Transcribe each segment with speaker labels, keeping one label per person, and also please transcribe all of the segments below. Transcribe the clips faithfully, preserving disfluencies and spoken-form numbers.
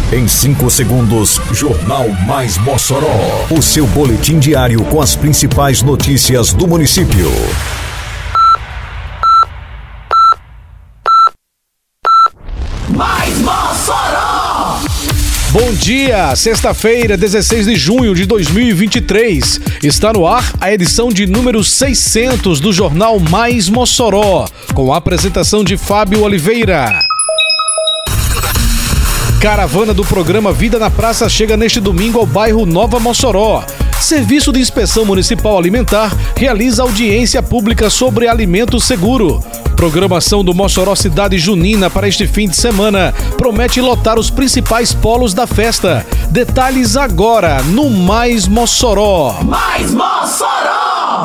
Speaker 1: Em cinco segundos, Jornal Mais Mossoró. O seu boletim diário com as principais notícias do município.
Speaker 2: Mais Mossoró!
Speaker 3: Bom dia, sexta-feira, dezesseis de junho de dois mil e vinte e três. Está no ar a edição de número seiscentos do Jornal Mais Mossoró, com a apresentação de Fábio Oliveira. Caravana do programa Vida na Praça chega neste domingo ao bairro Nova Mossoró. Serviço de Inspeção Municipal Alimentar realiza audiência pública sobre alimento seguro. Programação do Mossoró Cidade Junina para este fim de semana promete lotar os principais polos da festa. Detalhes agora no Mais Mossoró.
Speaker 2: Mais Mossoró!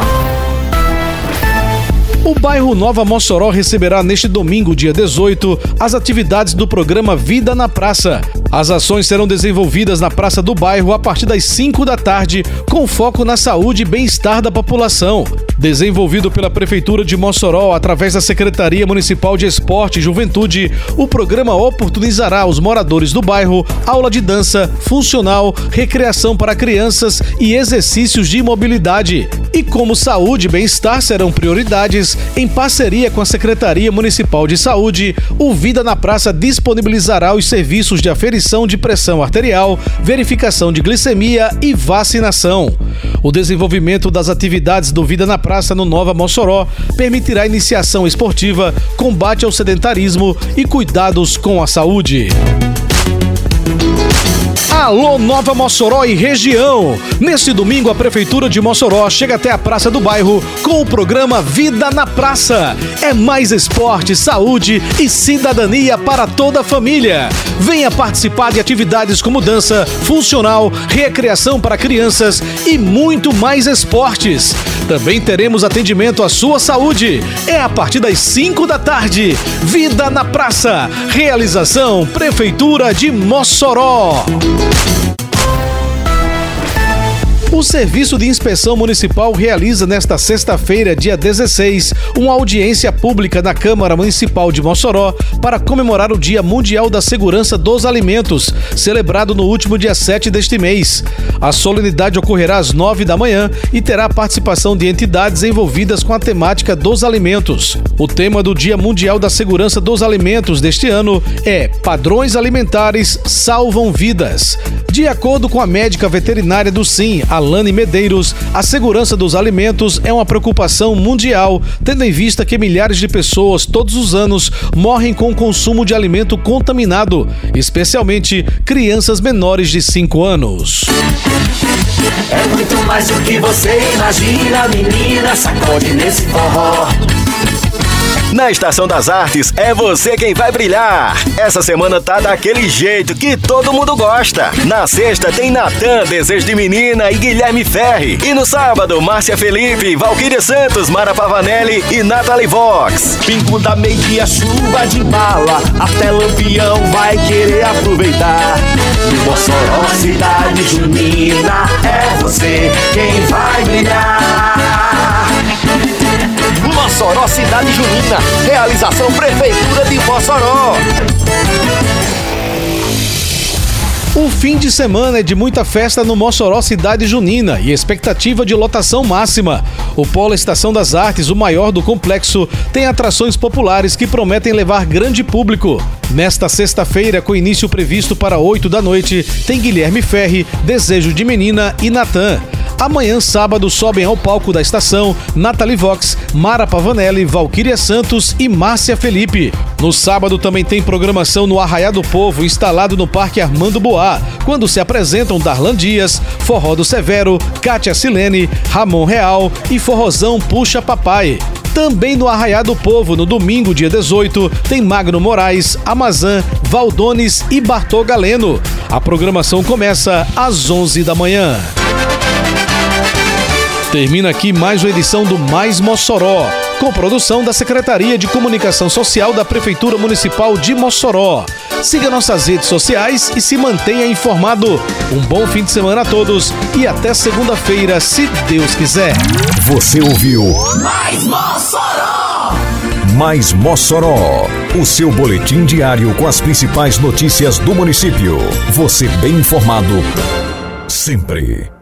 Speaker 3: O bairro Nova Mossoró receberá neste domingo, dia dezoito, as atividades do programa Vida na Praça. As ações serão desenvolvidas na Praça do Bairro a partir das cinco da tarde, com foco na saúde e bem-estar da população. Desenvolvido pela Prefeitura de Mossoró através da Secretaria Municipal de Esporte e Juventude, o programa oportunizará aos moradores do bairro aula de dança, funcional, recreação para crianças e exercícios de mobilidade. E como saúde e bem-estar serão prioridades, em parceria com a Secretaria Municipal de Saúde, o Vida na Praça disponibilizará os serviços de aferição de pressão arterial, verificação de glicemia e vacinação. O desenvolvimento das atividades do Vida na Praça no Nova Mossoró permitirá iniciação esportiva, combate ao sedentarismo e cuidados com a saúde. Alô Nova Mossoró e região! Neste domingo, a Prefeitura de Mossoró chega até a Praça do Bairro com o programa Vida na Praça. É mais esporte, saúde e cidadania para toda a família. Venha participar de atividades como dança, funcional, recreação para crianças e muito mais esportes. Também teremos atendimento à sua saúde. É a partir das cinco da tarde. Vida na Praça. Realização Prefeitura de Mossoró. O Serviço de Inspeção Municipal realiza nesta sexta-feira, dia dezesseis, uma audiência pública na Câmara Municipal de Mossoró para comemorar o Dia Mundial da Segurança dos Alimentos, celebrado no último dia sete deste mês. A solenidade ocorrerá às nove da manhã e terá a participação de entidades envolvidas com a temática dos alimentos. O tema do Dia Mundial da Segurança dos Alimentos deste ano é Padrões Alimentares Salvam Vidas. De acordo com a médica veterinária do Sim, Alane Medeiros, a segurança dos alimentos é uma preocupação mundial, tendo em vista que milhares de pessoas todos os anos morrem com o consumo de alimento contaminado, especialmente crianças menores de cinco anos.
Speaker 2: É muito mais do que você imagina, menina, sacode nesse forró.
Speaker 4: Na Estação das Artes, é você quem vai brilhar. Essa semana tá daquele jeito que todo mundo gosta. Na sexta tem Natan, Desejo de Menina e Guilherme Ferri. E no sábado, Márcia Felipe, Valquíria Santos, Mara Pavanelli e Nathalie Vox.
Speaker 5: Pingo da meia, chuva de bala, até Lampião vai querer aproveitar.
Speaker 2: No Mossoró, cidade junina, é você quem vai brilhar.
Speaker 5: Mossoró Cidade Junina, realização Prefeitura de Mossoró.
Speaker 3: O fim de semana é de muita festa no Mossoró Cidade Junina e expectativa de lotação máxima. O Polo Estação das Artes, o maior do complexo, tem atrações populares que prometem levar grande público. Nesta sexta-feira, com início previsto para oito da noite, tem Guilherme Ferri, Desejo de Menina e Natan. Amanhã, sábado, sobem ao palco da estação Nathalie Vox, Mara Pavanelli, Valquíria Santos e Márcia Felipe. No sábado também tem programação no Arraiá do Povo, instalado no Parque Armando Boá, quando se apresentam Darlan Dias, Forró do Severo, Kátia Silene, Ramon Real e Forrozão Puxa Papai. Também no Arraiá do Povo, no domingo, dia dezoito, tem Magno Moraes, Amazã, Valdones e Bartô Galeno. A programação começa às onze da manhã. Termina aqui mais uma edição do Mais Mossoró, com produção da Secretaria de Comunicação Social da Prefeitura Municipal de Mossoró. Siga nossas redes sociais e se mantenha informado. Um bom fim de semana a todos e até segunda-feira, se Deus quiser.
Speaker 1: Você ouviu
Speaker 2: Mais Mossoró!
Speaker 1: Mais Mossoró, o seu boletim diário com as principais notícias do município. Você bem informado sempre.